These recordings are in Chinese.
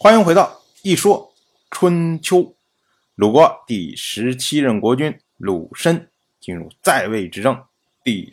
欢迎回到一说春秋。鲁国第17任国君鲁申进入在位执政第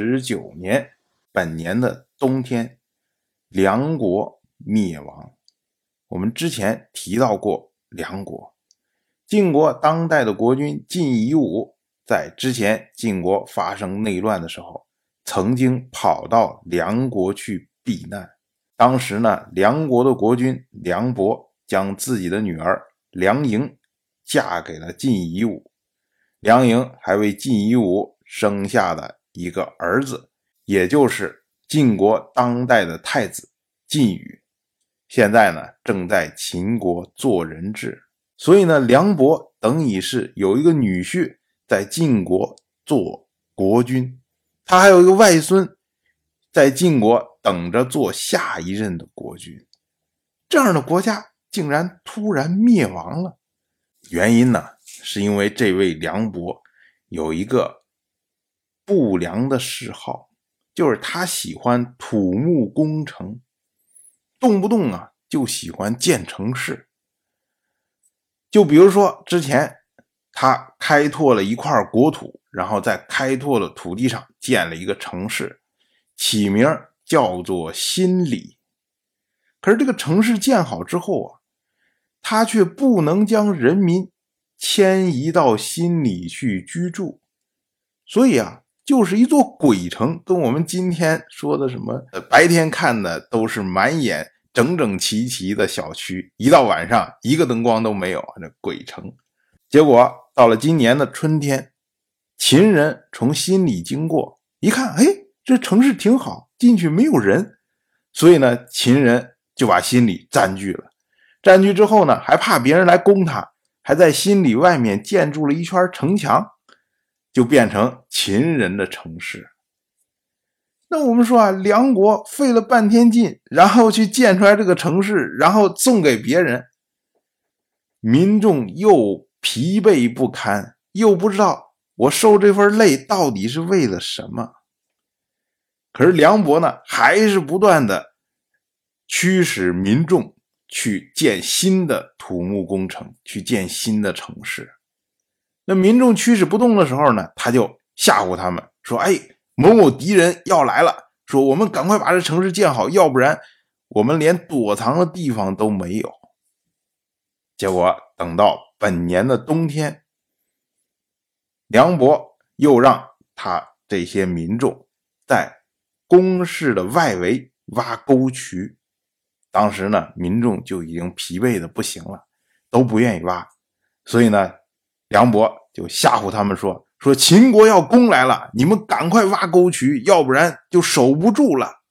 19年，本年的冬天，梁国灭亡。我们之前提到过梁国，晋国当代的国君晋夷吾在之前晋国发生内乱的时候，曾经跑到梁国去避难。当时呢，梁国的国君梁伯将自己的女儿梁营嫁给了晋夷吾，梁营还为晋夷吾生下了一个儿子，也就是晋国当代的太子晋宇，现在呢正在秦国做人质。所以呢，梁伯等于是有一个女婿在晋国做国君，他还有一个外孙在晋国等着做下一任的国君。这样的国家竟然突然灭亡了，原因呢，是因为这位梁伯有一个不良的嗜好，就是他喜欢土木工程，动不动啊就喜欢建城市。就比如说之前他开拓了一块国土，然后在开拓的土地上建了一个城市，起名叫做新里。可是这个城市建好之后啊，他却不能将人民迁移到新里去居住，所以啊，就是一座鬼城，跟我们今天说的什么白天看的都是满眼整整齐齐的小区，一到晚上一个灯光都没有，这鬼城。结果到了今年的春天，秦人从新里经过，一看，哎，这城市挺好，进去没有人，所以呢，秦人就把新里占据了。占据之后呢，还怕别人来攻他，还在新里外面建筑了一圈城墙，就变成秦人的城市。那我们说啊，梁国费了半天劲，然后去建出来这个城市，然后送给别人，民众又疲惫不堪，又不知道我受这份累到底是为了什么。可是梁伯呢，还是不断的驱使民众去建新的土木工程，去建新的城市。那民众驱使不动的时候呢，他就吓唬他们说，哎，某某敌人要来了，说我们赶快把这城市建好，要不然我们连躲藏的地方都没有。结果等到本年的冬天，梁伯又让他这些民众在宫室的外围挖沟渠。当时呢，民众就已经疲惫的不行了，都不愿意挖。所以呢，梁伯就吓唬他们说秦国要攻来了，你们赶快挖沟渠，要不然就守不住了。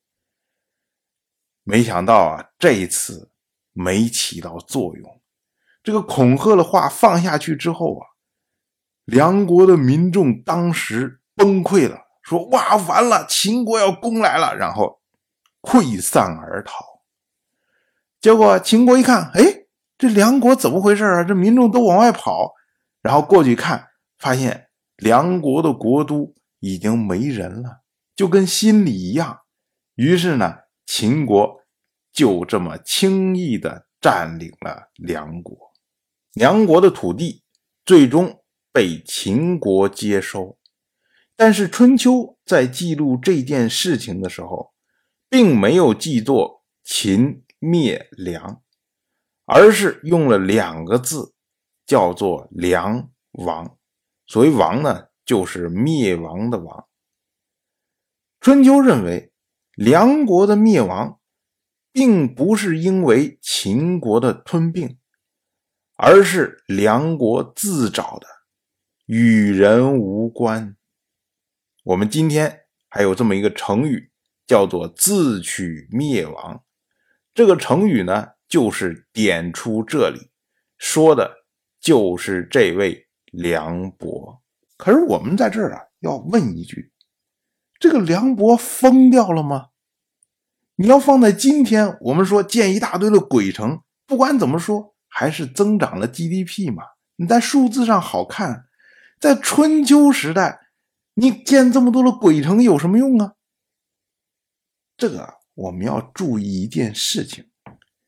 没想到啊，这一次没起到作用。这个恐吓的话放下去之后啊，梁国的民众当时崩溃了，说哇，完了，秦国要攻来了，然后溃散而逃。结果秦国一看，哎，这梁国怎么回事啊？这民众都往外跑，然后过去看，发现梁国的国都已经没人了，就跟新里一样。于是呢，秦国就这么轻易的占领了梁国。梁国的土地最终被秦国接收，但是春秋在记录这件事情的时候，并没有记作秦灭梁，而是用了2个字，叫做梁亡。所谓亡呢，就是灭亡的亡。春秋认为梁国的灭亡并不是因为秦国的吞并，而是梁国自找的，与人无关。我们今天还有这么一个成语，叫做自取灭亡。这个成语呢，就是点出这里，说的就是这位梁伯。可是我们在这儿啊，要问一句，这个梁伯疯掉了吗？你要放在今天，我们说建一大堆的鬼城，不管怎么说还是增长了 GDP 嘛，你在数字上好看。在春秋时代，你建这么多的鬼城有什么用啊？这个我们要注意一件事情，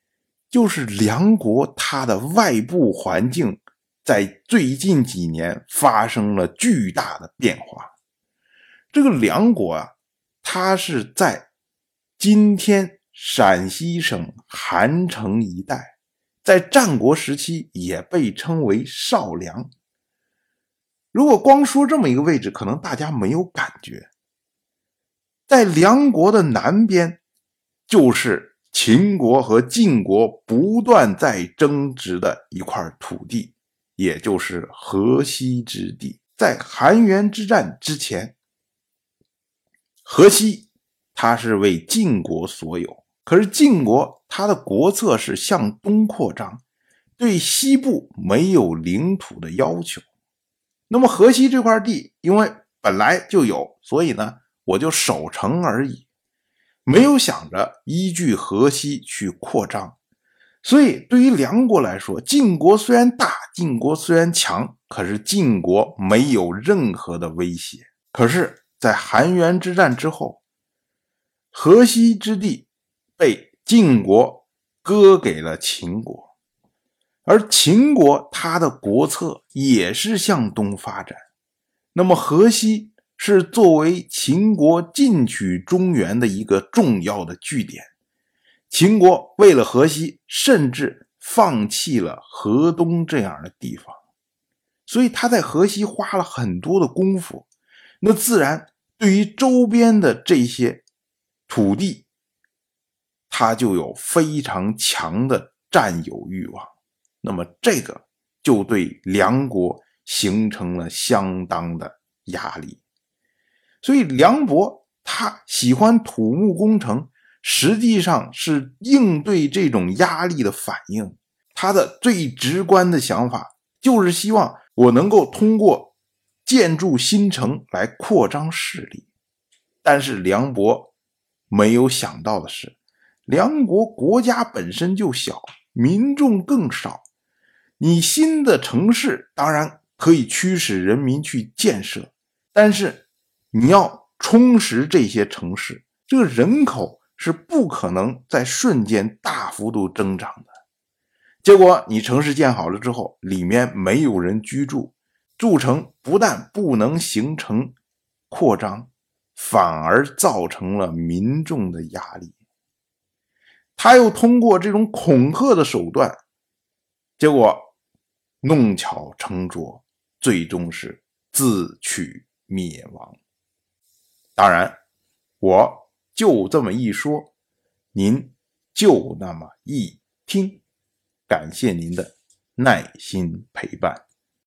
就是梁国它的外部环境在最近几年发生了巨大的变化。这个梁国啊，它是在今天陕西省韩城一带，在战国时期也被称为少梁。如果光说这么一个位置，可能大家没有感觉。在梁国的南边，就是秦国和晋国不断在争执的一块土地，也就是河西之地。在韩元之战之前，河西它是为晋国所有，可是晋国它的国策是向东扩张，对西部没有领土的要求。那么河西这块地因为本来就有，所以呢我就守城而已，没有想着依据河西去扩张。所以对于梁国来说，晋国虽然大，晋国虽然强，可是晋国没有任何的威胁。可是在韩元之战之后，河西之地被晋国割给了秦国，而秦国它的国策也是向东发展。那么河西是作为秦国进取中原的一个重要的据点，秦国为了河西甚至放弃了河东这样的地方，所以他在河西花了很多的功夫，那自然对于周边的这些土地他就有非常强的占有欲望，那么这个就对梁国形成了相当的压力。所以梁伯他喜欢土木工程，实际上是应对这种压力的反应。他的最直观的想法就是希望我能够通过建筑新城来扩张势力。但是梁伯没有想到的是，梁国国家本身就小，民众更少，你新的城市当然可以驱使人民去建设，但是你要充实这些城市，这个人口是不可能在瞬间大幅度增长的。结果你城市建好了之后，里面没有人居住，筑城不但不能形成扩张，反而造成了民众的压力。他又通过这种恐吓的手段，结果弄巧成拙，最终是自取灭亡。当然我就这么一说，您就那么一听，感谢您的耐心陪伴。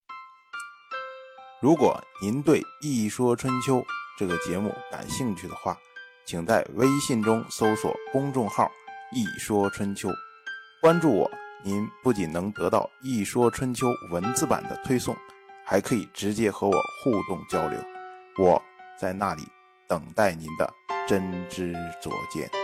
如果您对《一说春秋》这个节目感兴趣的话，请在微信中搜索公众号一说春秋，关注我，您不仅能得到一说春秋文字版的推送，还可以直接和我互动交流，我在那里等待您的真知灼见。